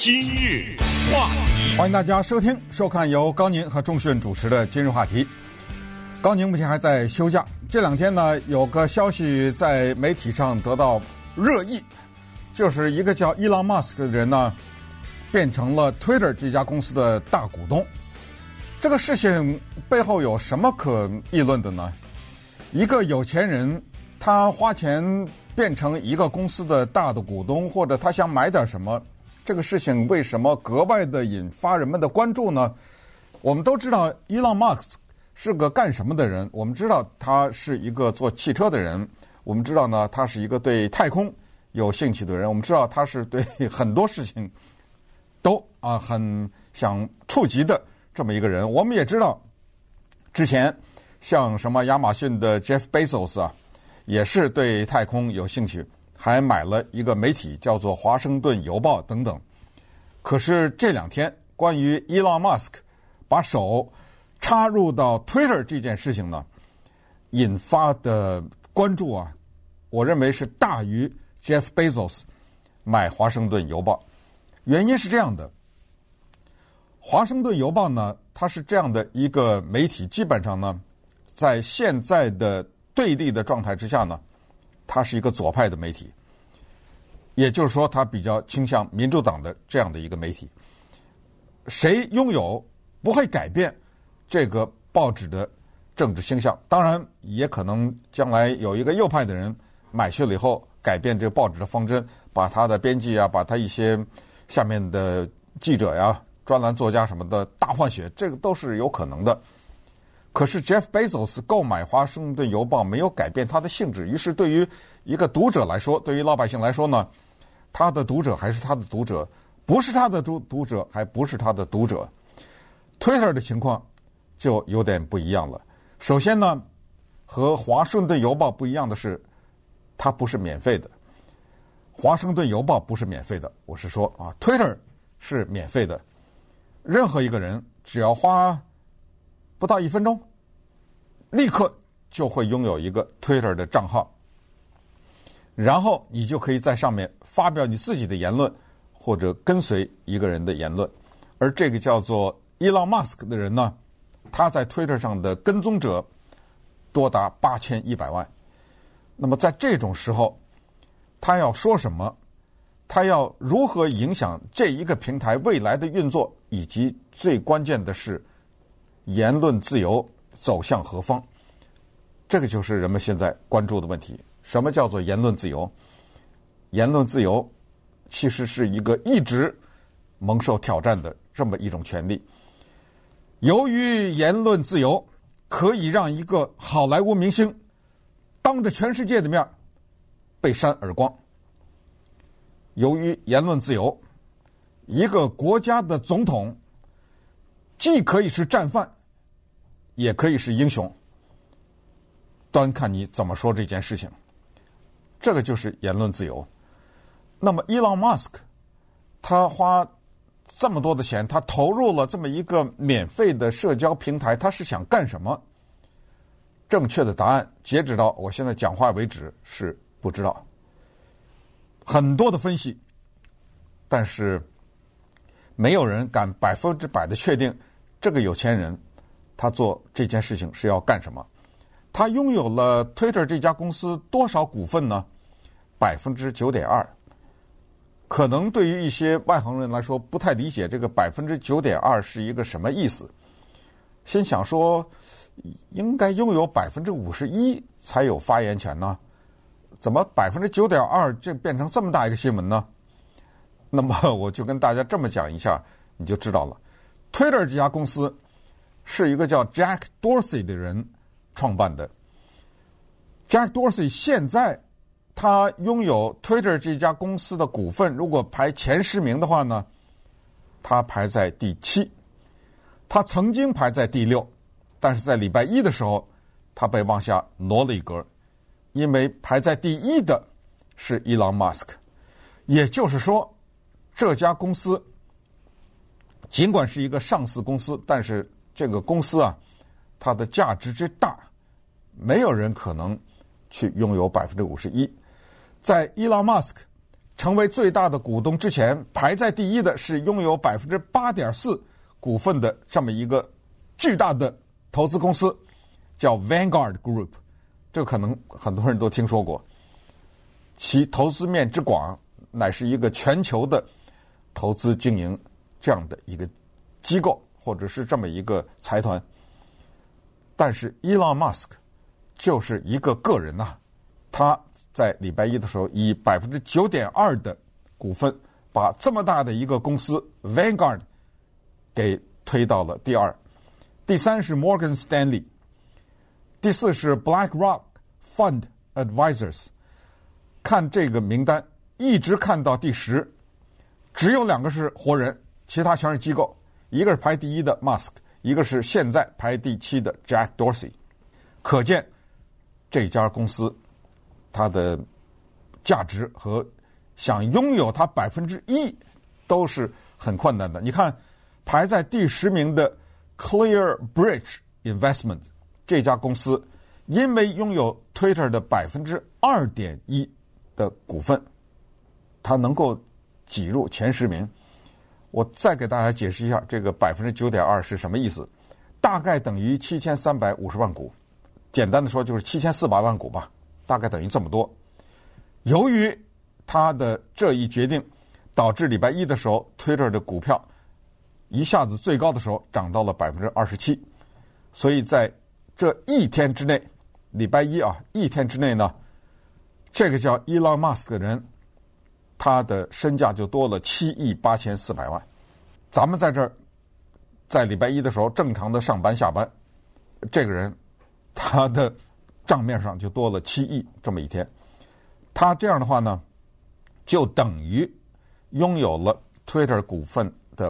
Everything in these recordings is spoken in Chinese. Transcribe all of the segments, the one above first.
今日话题， 欢迎大家收听收看由高宁和仲迅主持的今日话题。高宁目前还在休假，这两天呢有个消息在媒体上得到热议，就是一个叫伊朗马斯克的人呢变成了 Twitter 这家公司的大股东。这个事情背后有什么可议论的呢？一个有钱人他花钱变成一个公司的大的股东，或者他想买点什么，这个事情为什么格外的引发人们的关注呢？我们都知道伊朗马斯克是个干什么的人，我们知道他是一个做汽车的人，我们知道呢他是一个对太空有兴趣的人，我们知道他是对很多事情都很想触及的这么一个人。我们也知道之前像什么亚马逊的 Jeff Bezos 也是对太空有兴趣，还买了一个媒体叫做华盛顿邮报等等。可是这两天关于伊朗马斯克把手插入到 Twitter 这件事情呢，引发的关注我认为是大于 Jeff Bezos 买华盛顿邮报。原因是这样的，华盛顿邮报呢，它是这样的一个媒体，基本上呢在现在的对立的状态之下呢，它是一个左派的媒体，也就是说它比较倾向民主党的这样的一个媒体。谁拥有不会改变这个报纸的政治倾向，当然也可能将来有一个右派的人买去了以后改变这个报纸的方针，把他的编辑把他一些下面的记者专栏作家什么的大换血，这个都是有可能的。可是 Jeff Bezos 购买华盛顿邮报没有改变它的性质，于是对于一个读者来说，对于老百姓来说呢，他的读者还是他的读者，不是他的读者还不是他的读者。 Twitter 的情况就有点不一样了。首先呢，和华盛顿邮报不一样的是，它不是免费的。华盛顿邮报不是免费的，我是说Twitter 是免费的，任何一个人只要花不到1分钟，立刻就会拥有一个 Twitter 的账号，然后你就可以在上面发表你自己的言论，或者跟随一个人的言论。而这个叫做伊朗马斯克的人呢，他在 Twitter 上的跟踪者多达8100万。那么在这种时候，他要说什么，他要如何影响这一个平台未来的运作，以及最关键的是言论自由走向何方，这个就是人们现在关注的问题。什么叫做言论自由？言论自由其实是一个一直蒙受挑战的这么一种权利。由于言论自由可以让一个好莱坞明星当着全世界的面被扇耳光，由于言论自由，一个国家的总统既可以是战犯，也可以是英雄，端看你怎么说这件事情。这个就是言论自由。那么伊朗马斯克他花这么多的钱，他投入了这么一个免费的社交平台，他是想干什么？正确的答案截止到我现在讲话为止是不知道，很多的分析，但是没有人敢100%的确定这个有钱人他做这件事情是要干什么。他拥有了 Twitter 这家公司多少股份呢？9.2%。可能对于一些外行人来说不太理解这个9.2%是一个什么意思，心想说应该拥有51%才有发言权呢，怎么9.2%这变成这么大一个新闻呢？那么我就跟大家这么讲一下，你就知道了。 Twitter 这家公司是一个叫 Jack Dorsey 的人创办的。 Jack Dorsey 现在他拥有 Twitter 这家公司的股份，如果排前10名的话呢，他排在第7，他曾经排在第6，但是在礼拜一的时候他被往下挪了一格，因为排在第1的是伊朗马斯克。也就是说，这家公司尽管是一个上市公司，但是这个公司它的价值之大，没有人可能去拥有51%。在伊朗马斯克成为最大的股东之前，排在第一的是拥有 8.4% 股份的这么一个巨大的投资公司，叫 Vanguard Group， 这个可能很多人都听说过。其投资面之广，乃是一个全球的投资经营这样的一个机构，或者是这么一个财团。但是 Elon Musk 就是一个个人呐，他在礼拜一的时候以 9.2% 的股份把这么大的一个公司 Vanguard 给推到了第二。第三是 Morgan Stanley， 第四是 BlackRock Fund Advisors。 看这个名单一直看到第10，只有2个是活人，其他全是机构，一个是排第1的 Musk， 一个是现在排第7的 Jack Dorsey。 可见这家公司它的价值和想拥有它1%都是很困难的。你看排在第10名的 ClearBridge Investment 这家公司，因为拥有 Twitter 的 2.1% 的股份，它能够挤入前10名。我再给大家解释一下这个 9.2% 是什么意思，大概等于7350万股，简单的说就是7400万股吧，大概等于这么多。由于他的这一决定，导致礼拜一的时候 Twitter 的股票一下子最高的时候涨到了 27%， 所以在这一天之内，礼拜一一天之内呢，这个叫 Elon Musk 的人，他的身价就多了7.84亿万。咱们在这儿在礼拜一的时候正常的上班下班，这个人他的账面上就多了7亿这么一天。他这样的话呢，就等于拥有了 Twitter 股份的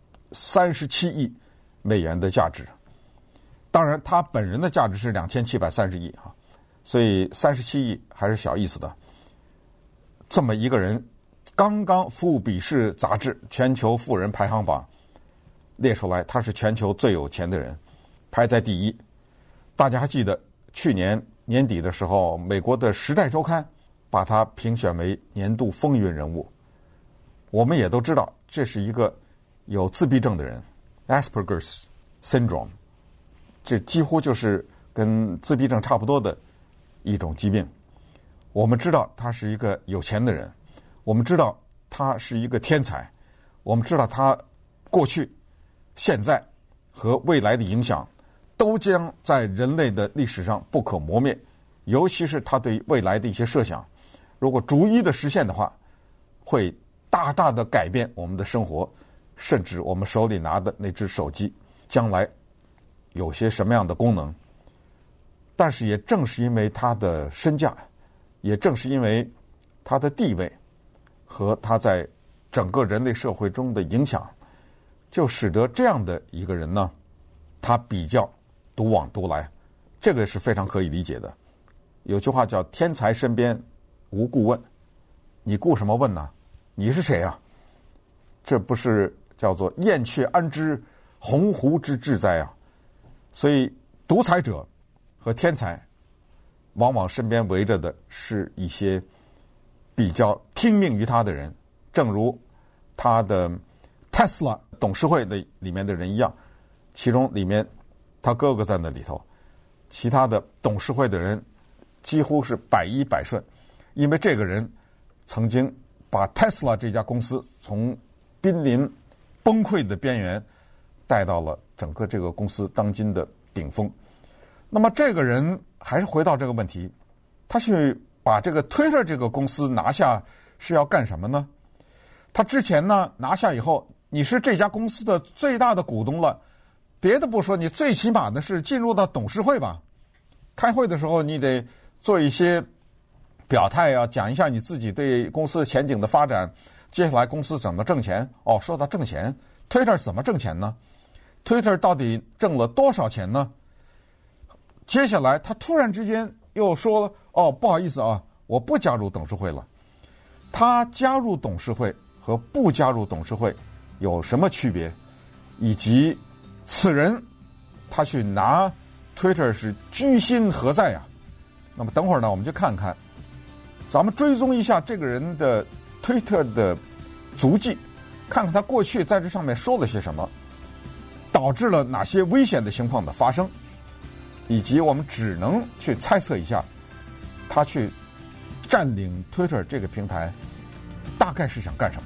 37亿美元的价值。当然他本人的价值是2730亿啊，所以37亿还是小意思的。这么一个人，刚刚富比士杂志全球富人排行榜列出来，他是全球最有钱的人，排在第1。大家还记得去年年底的时候，美国的《时代周刊》把他评选为年度风云人物。我们也都知道，这是一个有自闭症的人 ，Asperger's Syndrome， 这几乎就是跟自闭症差不多的一种疾病。我们知道他是一个有钱的人，我们知道他是一个天才，我们知道他过去、现在和未来的影响都将在人类的历史上不可磨灭，尤其是他对未来的一些设想，如果逐一的实现的话，会大大的改变我们的生活，甚至我们手里拿的那只手机将来有些什么样的功能。但是也正是因为他的身价，也正是因为他的地位和他在整个人类社会中的影响，就使得这样的一个人呢，他比较独往独来，这个是非常可以理解的。有句话叫天才身边无顾问，你顾什么问呢？你是谁啊？这不是叫做燕雀安知鸿鹄之志哉啊？所以独裁者和天才往往身边围着的是一些比较听命于他的人，正如他的 Tesla 董事会的里面的人一样，其中里面他哥哥在那里头，其他的董事会的人几乎是百依百顺，因为这个人曾经把 Tesla 这家公司从濒临崩溃的边缘带到了整个这个公司当今的顶峰。那么这个人还是回到这个问题，他去把这个 Twitter 这个公司拿下是要干什么呢？他之前呢拿下以后，你是这家公司的最大的股东了，别的不说，你最起码的是进入到董事会吧，开会的时候你得做一些表态啊，讲一下你自己对公司前景的发展，接下来公司怎么挣钱。说到挣钱， Twitter 怎么挣钱呢？ Twitter 到底挣了多少钱呢？接下来他突然之间又说不好意思啊，我不加入董事会了。他加入董事会和不加入董事会有什么区别，以及此人他去拿 Twitter 是居心何在啊？那么等会儿呢，我们就看看，咱们追踪一下这个人的推特的足迹，看看他过去在这上面说了些什么，导致了哪些危险的情况的发生，以及我们只能去猜测一下，他去占领 Twitter 这个平台大概是想干什么。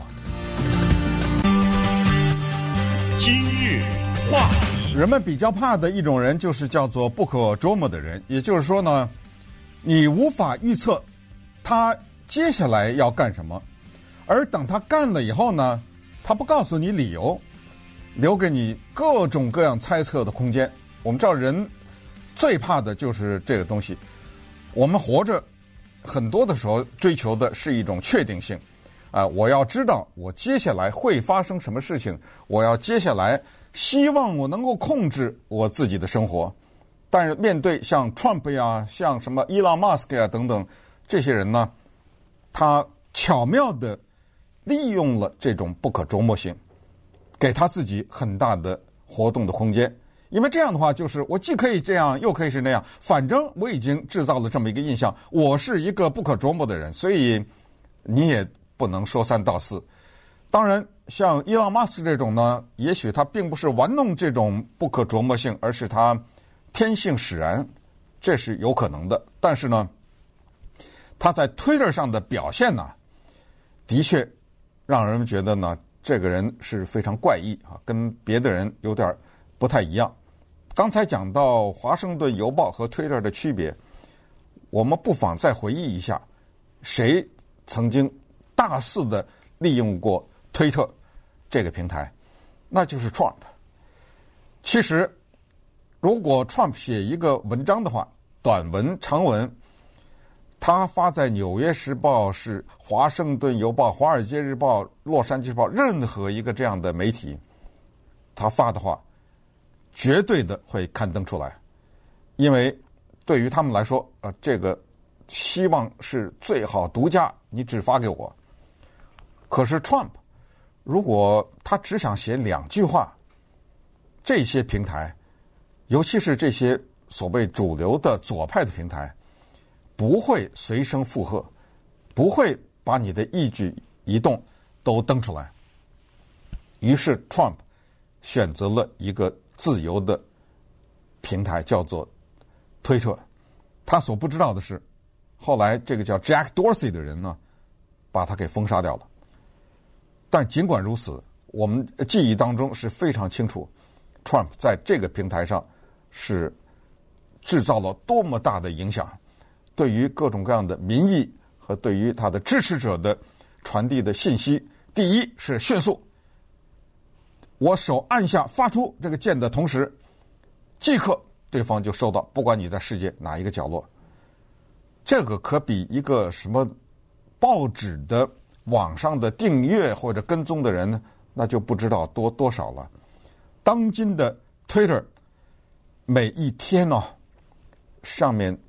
今日话题， 人们比较怕的一种人就是叫做不可捉摸的人，也就是说呢，你无法预测他接下来要干什么，而等他干了以后呢，他不告诉你理由，留给你各种各样猜测的空间。我们知道人最怕的就是这个东西，我们活着很多的时候追求的是一种确定性。我要知道我接下来会发生什么事情，我要接下来希望我能够控制我自己的生活。但是面对像 Trump 呀，像什么 Elon Musk 呀等等这些人呢，他巧妙地利用了这种不可捉摸性，给他自己很大的活动的空间。因为这样的话，就是我既可以这样，又可以是那样，反正我已经制造了这么一个印象，我是一个不可捉摸的人，所以你也不能说三道四。当然像伊朗马斯克这种呢，也许他并不是玩弄这种不可琢磨性，而是他天性使然，这是有可能的。但是呢，他在 Twitter 上的表现呢，的确让人们觉得呢，这个人是非常怪异啊，跟别的人有点不太一样。刚才讲到华盛顿邮报和 Twitter 的区别，我们不妨再回忆一下，谁曾经大肆的利用过推特这个平台，那就是 Trump。 其实如果 Trump 写一个文章的话，短文长文，他发在纽约时报、是华盛顿邮报、华尔街日报、洛杉矶日报任何一个这样的媒体，他发的话绝对的会刊登出来。因为对于他们来说，这个希望是最好独家，你只发给我。可是 Trump 如果他只想写2句话，这些平台，尤其是这些所谓主流的左派的平台，不会随声附和，不会把你的一举一动都登出来。于是 Trump 选择了一个自由的平台，叫做推特。他所不知道的是，后来这个叫 Jack Dorsey 的人呢，把他给封杀掉了。但尽管如此，我们记忆当中是非常清楚 Trump 在这个平台上是制造了多么大的影响，对于各种各样的民意和对于他的支持者的传递的信息，第一是迅速，我手按下发出这个键的同时，即刻对方就收到，不管你在世界哪一个角落。这个可比一个什么报纸的网上的订阅或者跟踪的人呢，那就不知道多少了。当今的 Twitter 每一天呢，上面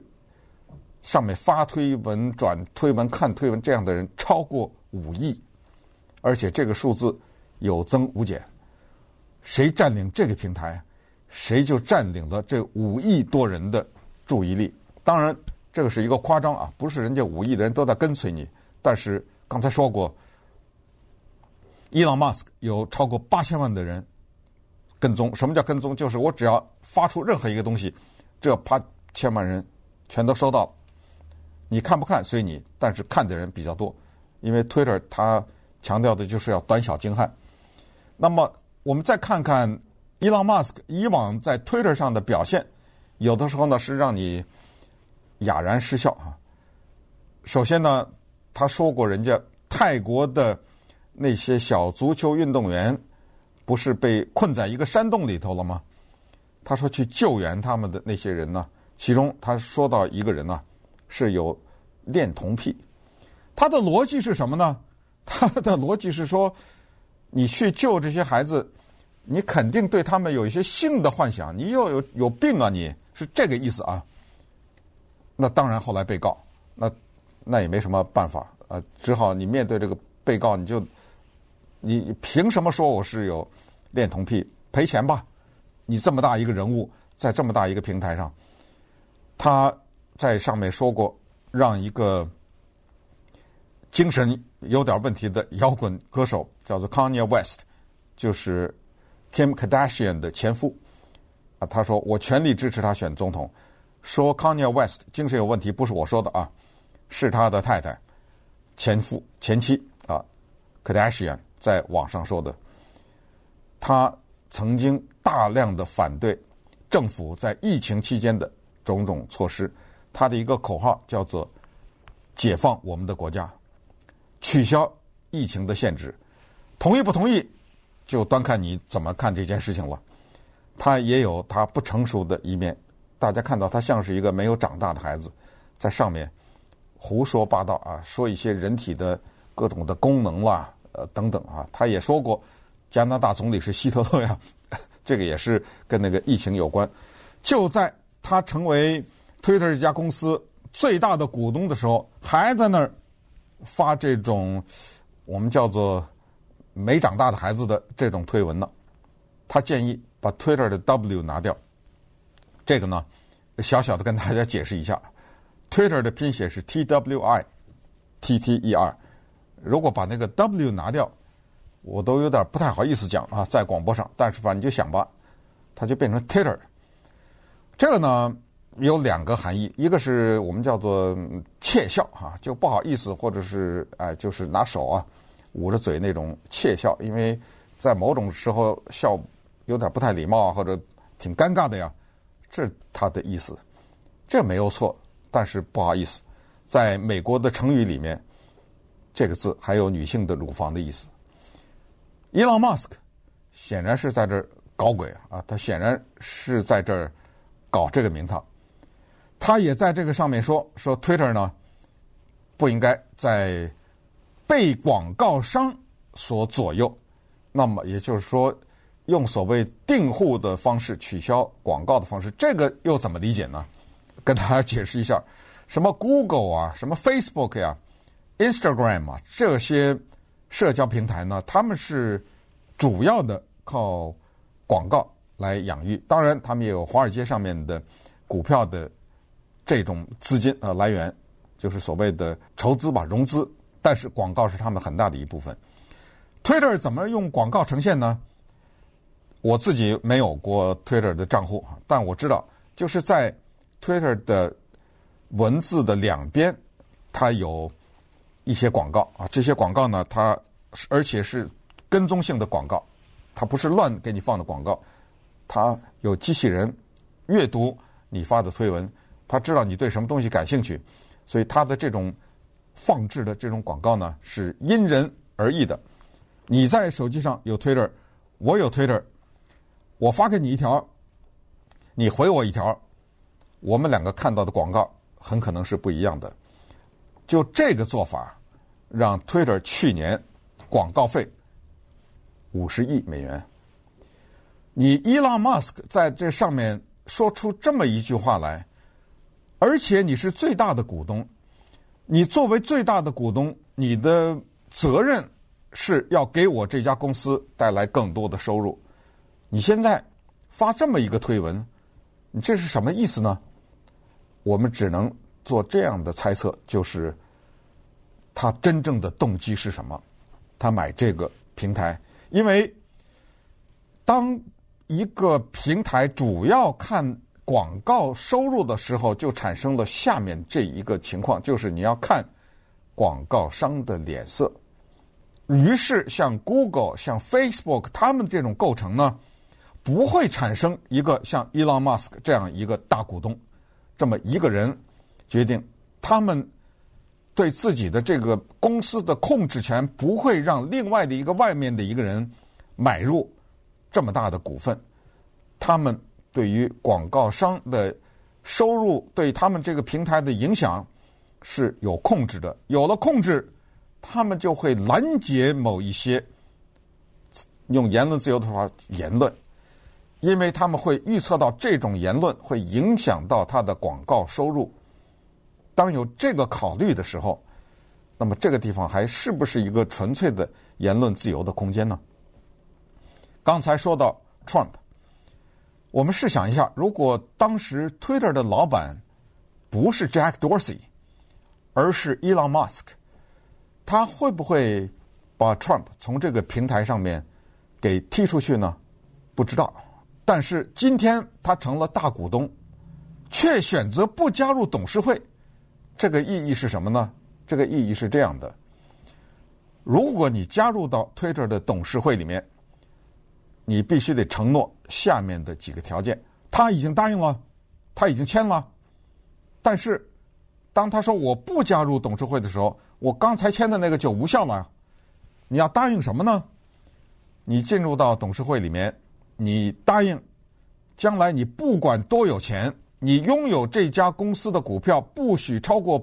发推文、转推文、看推文这样的人超过5亿，而且这个数字有增无减。谁占领这个平台，谁就占领了这5亿多人的注意力。当然这个是一个夸张啊，不是人家5亿的人都在跟随你，但是刚才说过，伊朗马斯克有超过8000万的人跟踪。什么叫跟踪？就是我只要发出任何一个东西，这8000万人全都收到了。你看不看随你，但是看的人比较多，因为 Twitter 它强调的就是要短小精悍。那么我们再看看伊朗马斯克以往在 Twitter 上的表现，有的时候呢是让你哑然失笑啊。首先呢，他说过人家泰国的那些小足球运动员不是被困在一个山洞里头了吗？他说去救援他们的那些人呢，其中他说到一个人呢是有恋童癖。他的逻辑是什么呢？他的逻辑是说，你去救这些孩子，你肯定对他们有一些性的幻想，你又有病啊，你是这个意思啊。那当然后来被告，那也没什么办法，只好你面对这个被告，你凭什么说我是有恋童癖？赔钱吧！你这么大一个人物，在这么大一个平台上，他在上面说过，让一个精神有点问题的摇滚歌手，叫做 Kanye West， 就是 Kim Kardashian 的前夫啊。他说我全力支持他选总统。说 Kanye West 精神有问题不是我说的啊，是他的太太前妻啊 Kardashian 在网上说的。他曾经大量的反对政府在疫情期间的种种措施，他的一个口号叫做解放我们的国家，取消疫情的限制。同意不同意就端看你怎么看这件事情了。他也有他不成熟的一面，大家看到他像是一个没有长大的孩子，在上面胡说八道啊，说一些人体的各种的功能啦，等等啊。他也说过加拿大总理是希特勒呀，这个也是跟那个疫情有关。就在他成为 Twitter 这家公司最大的股东的时候，还在那儿发这种我们叫做没长大的孩子的这种推文呢。他建议把 Twitter 的 W 拿掉。这个呢，小小的跟大家解释一下 ，Twitter 的拼写是 TWITTER， 如果把那个 W 拿掉，我都有点不太好意思讲啊，在广播上。但是反正就想吧，它就变成 Twitter。这个呢有两个含义，一个是我们叫做窃笑哈，就不好意思，或者是就是拿手啊捂着嘴那种窃笑，因为在某种时候笑有点不太礼貌啊，或者挺尴尬的呀。这是他的意思，这没有错，但是不好意思，在美国的成语里面，这个字还有女性的乳房的意思。伊朗马斯克显然是在这儿搞鬼啊，他显然是在这儿搞这个名堂。他也在这个上面说 Twitter 呢不应该在被广告商所左右，那么也就是说用所谓订户的方式取消广告的方式，这个又怎么理解呢？跟大家解释一下，什么 Google 啊，什么 Facebook 呀、Instagram 啊，这些社交平台呢，他们是主要的靠广告来养育，当然他们也有华尔街上面的股票的这种资金来源，就是所谓的筹资吧，融资，但是广告是他们很大的一部分。Twitter 怎么用广告呈现呢？我自己没有过 Twitter 的账户，但我知道就是在 Twitter 的文字的两边，它有一些广告啊。这些广告呢，它而且是跟踪性的广告，它不是乱给你放的广告，它有机器人阅读你发的推文，它知道你对什么东西感兴趣，所以它的这种放置的这种广告呢，是因人而异的。你在手机上有 Twitter， 我有 Twitter，我发给你一条，你回我一条，我们两个看到的广告很可能是不一样的。就这个做法，让 Twitter 去年广告费50亿美元。你伊朗马斯克在这上面说出这么一句话来，而且你是最大的股东，你作为最大的股东，你的责任是要给我这家公司带来更多的收入。你现在发这么一个推文，你这是什么意思呢？我们只能做这样的猜测，就是他真正的动机是什么？他买这个平台，因为当一个平台主要看广告收入的时候，就产生了下面这一个情况，就是你要看广告商的脸色。于是像 Google 像 Facebook 他们这种构成呢，不会产生一个像 Elon Musk 这样一个大股东，这么一个人决定他们对自己的这个公司的控制权，不会让另外的一个外面的一个人买入这么大的股份。他们对于广告商的收入，对他们这个平台的影响是有控制的，有了控制，他们就会拦截某一些用言论自由的话言论，因为他们会预测到这种言论会影响到他的广告收入。当有这个考虑的时候，那么这个地方还是不是一个纯粹的言论自由的空间呢？刚才说到 Trump， 我们试想一下，如果当时 Twitter 的老板不是 Jack Dorsey， 而是 Elon Musk， 他会不会把 Trump 从这个平台上面给踢出去呢？不知道。但是今天他成了大股东，却选择不加入董事会，这个意义是什么呢？这个意义是这样的：如果你加入到 Twitter 的董事会里面，你必须得承诺下面的几个条件。他已经答应了，他已经签了，但是当他说我不加入董事会的时候，我刚才签的那个就无效了。你要答应什么呢？你进入到董事会里面，你答应将来你不管多有钱，你拥有这家公司的股票不许超过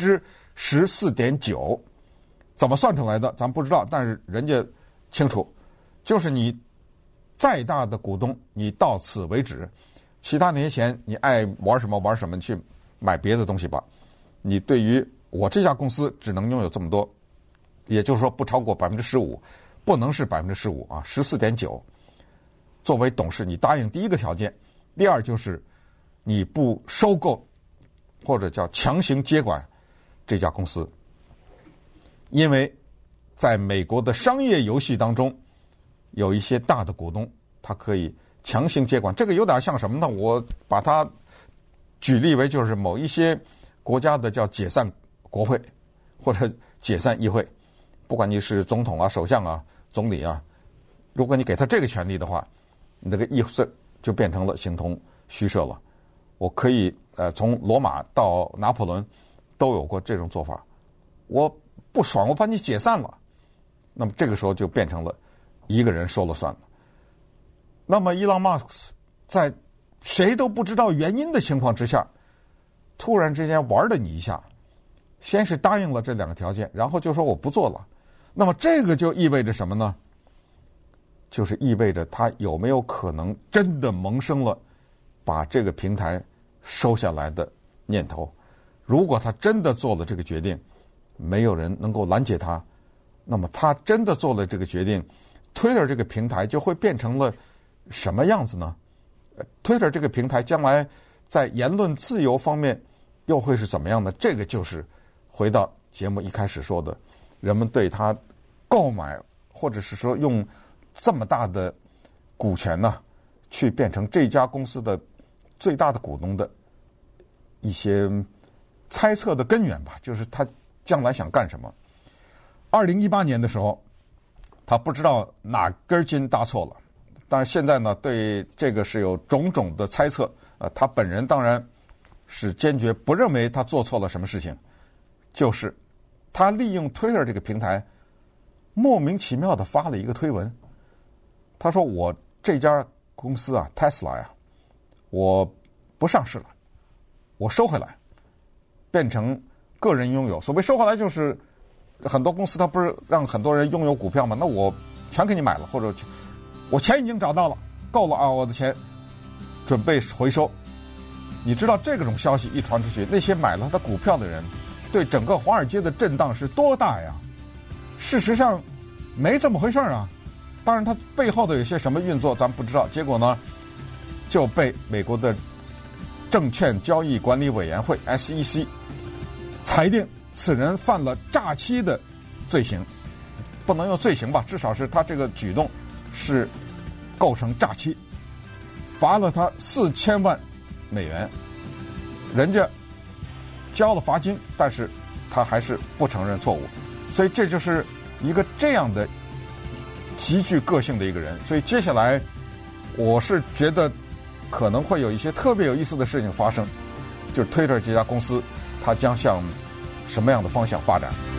14.9%。怎么算出来的咱不知道，但是人家清楚，就是你再大的股东，你到此为止，其他那些钱你爱玩什么玩什么，去买别的东西吧。你对于我这家公司只能拥有这么多，也就是说不超过15%，不能是15%啊，14.9%。作为董事，你答应第一个条件，第二就是你不收购或者叫强行接管这家公司。因为在美国的商业游戏当中，有一些大的股东，他可以强行接管。这个有点像什么呢？我把它举例为就是某一些国家的叫解散国会或者解散议会，不管你是总统啊、首相啊、总理啊，如果你给他这个权利的话，你这个议会就变成了形同虚设了。我可以从罗马到拿破仑都有过这种做法。我不爽，我把你解散了，那么这个时候就变成了一个人说了算了。那么伊朗马斯克在谁都不知道原因的情况之下，突然之间玩了你一下，先是答应了这两个条件，然后就说我不做了。那么这个就意味着什么呢？就是意味着他有没有可能真的萌生了把这个平台收下来的念头。如果他真的做了这个决定，没有人能够拦截他，那么他真的做了这个决定， Twitter 这个平台就会变成了什么样子呢？ Twitter 这个平台将来在言论自由方面又会是怎么样呢？这个就是回到节目一开始说的，人们对他购买或者是说用这么大的股权呢，去变成这家公司的最大的股东的一些猜测的根源吧，就是他将来想干什么。2018年的时候，他不知道哪根筋搭错了，但是现在呢，对这个是有种种的猜测。他本人当然是坚决不认为他做错了什么事情，就是他利用 Twitter 这个平台，莫名其妙的发了一个推文。他说：“我这家公司啊 ，Tesla 呀，我不上市了，我收回来，变成个人拥有。所谓收回来，就是很多公司它不是让很多人拥有股票吗？那我全给你买了，或者我钱已经找到了，够了啊，我的钱准备回收。你知道这种消息一传出去，那些买了他股票的人对整个华尔街的震荡是多大呀？事实上没这么回事啊。当然，它背后的有些什么运作咱不知道。结果呢，就被美国的证券交易管理委员会 SEC 裁定此人犯了诈欺的罪行，不能用罪行吧，至少是他这个举动是构成诈欺，罚了他4000万美元。人家交了罚金，但是他还是不承认错误，所以这就是一个这样的极具个性的一个人。所以接下来我是觉得可能会有一些特别有意思的事情发生，就是 Twitter 这家公司它将向什么样的方向发展。